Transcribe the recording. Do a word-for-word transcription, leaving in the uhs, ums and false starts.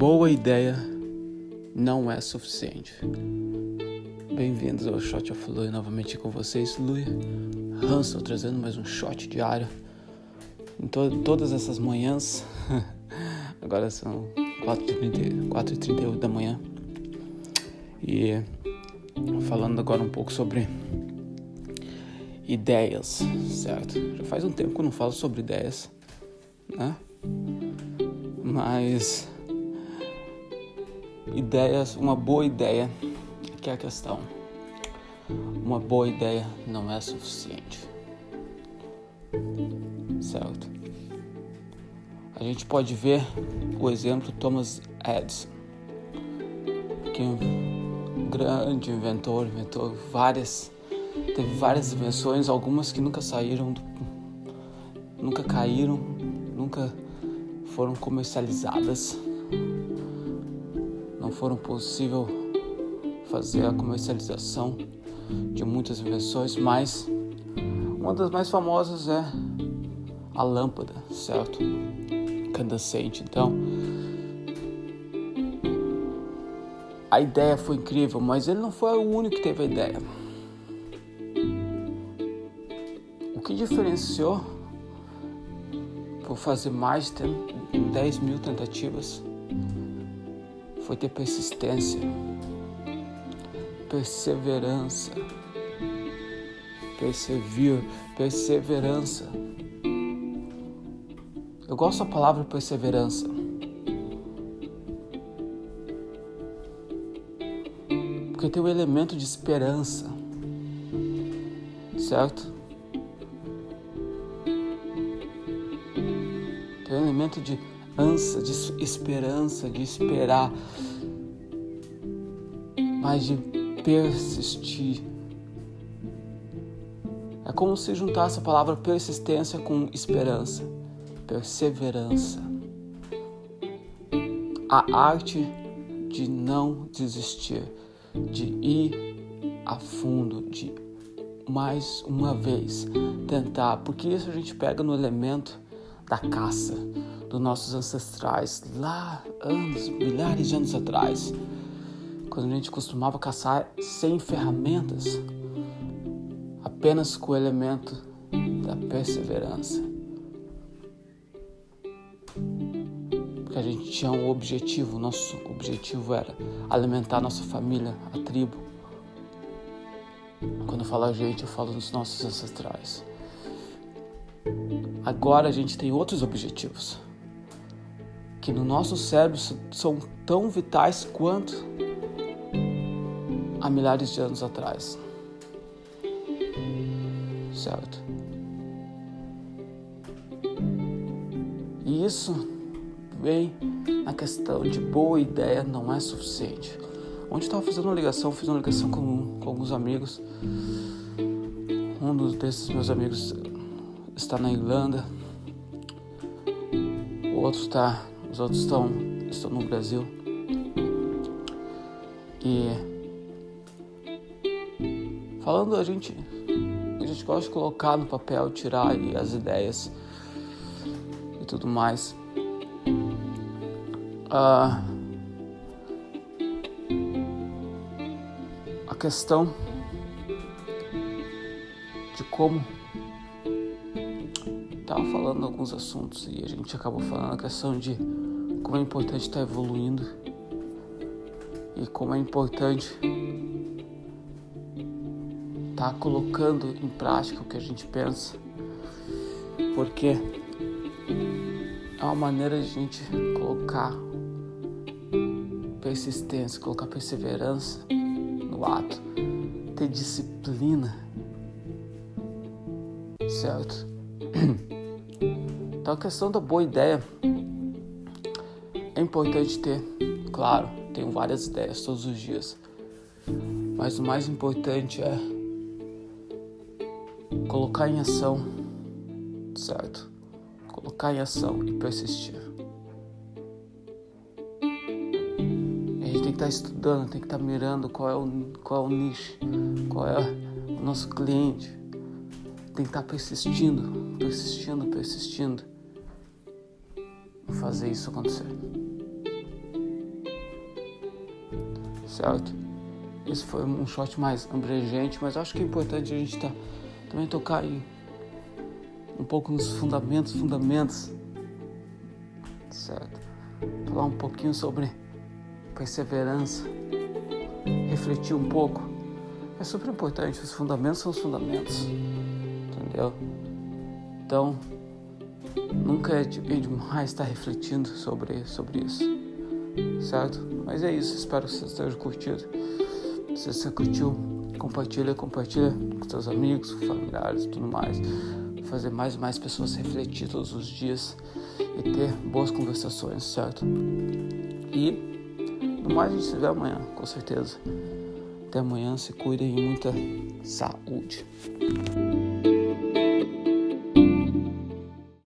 Boa ideia não é suficiente. Bem-vindos ao Shot of Lui, novamente com vocês, Lui Hansel, trazendo mais um shot diário em to- todas essas manhãs. Agora são quatro e trinta e oito da manhã e falando agora um pouco sobre ideias, certo? Já faz um tempo que eu não falo sobre ideias, né? Mas ideias, uma boa ideia, que é a questão. Uma boa ideia não é suficiente, certo? A gente pode ver o exemplo de Thomas Edison, que é um grande inventor, inventou várias, teve várias invenções, algumas que nunca saíram, do, nunca caíram, nunca foram comercializadas. Não foram possível fazer a comercialização de muitas invenções, mas uma das mais famosas é a lâmpada, certo? Incandescente. Então, a ideia foi incrível, mas ele não foi o único que teve a ideia. O que diferenciou por fazer mais de dez mil tentativas foi ter persistência, perseverança, persevere, perseverança. Eu gosto da palavra perseverança, porque tem um elemento de esperança, certo? Tem um elemento de ânsia, de esperança, de esperar, mas de persistir. É como se juntasse a palavra persistência com esperança, perseverança. A arte de não desistir, de ir a fundo, de mais uma vez tentar, porque isso a gente pega no elemento da caça dos nossos ancestrais, lá anos, milhares de anos atrás, quando a gente costumava caçar sem ferramentas, apenas com o elemento da perseverança. Porque a gente tinha um objetivo, nosso objetivo era alimentar nossa família, a tribo. Quando eu falo a gente, eu falo dos nossos ancestrais. Agora a gente tem outros objetivos, que no nosso cérebro são tão vitais quanto há milhares de anos atrás, certo? E isso vem na questão de boa ideia não é suficiente. Ontem eu estava fazendo uma ligação, fiz uma ligação com, com alguns amigos. Um desses meus amigos está na Irlanda, o outro está, os outros estão, estão no Brasil. E falando, a gente, a gente gosta de colocar no papel, tirar aí as ideias e tudo mais. Ah, a questão de como estava falando alguns assuntos e a gente acabou falando a questão de como é importante estar evoluindo e como é importante estar colocando em prática o que a gente pensa, porque é uma maneira de a gente colocar persistência, colocar perseverança no ato, ter disciplina, certo? Então a questão da boa ideia é importante ter, claro, tenho várias ideias todos os dias, mas o mais importante é colocar em ação, certo? Colocar em ação e persistir. A gente tem que estar estudando, tem que estar mirando qual é o, qual é o nicho, qual é o nosso cliente. Tem que estar persistindo, persistindo, persistindo. Fazer isso acontecer. certo? Esse foi um shot mais abrangente, mas acho que é importante a gente tá, também tocar em, um pouco nos fundamentos, fundamentos, certo? Falar um pouquinho sobre perseverança, refletir um pouco. É super importante, os fundamentos são os fundamentos, entendeu? Então, nunca é demais estar refletindo sobre, sobre isso, certo? Mas é isso, espero que você esteja curtindo. Se você curtiu, compartilha, compartilha com seus amigos, com familiares e tudo mais. Fazer mais e mais pessoas refletir todos os dias e ter boas conversações, certo? E no mais a gente se vê amanhã, com certeza. Até amanhã, se cuidem e muita saúde.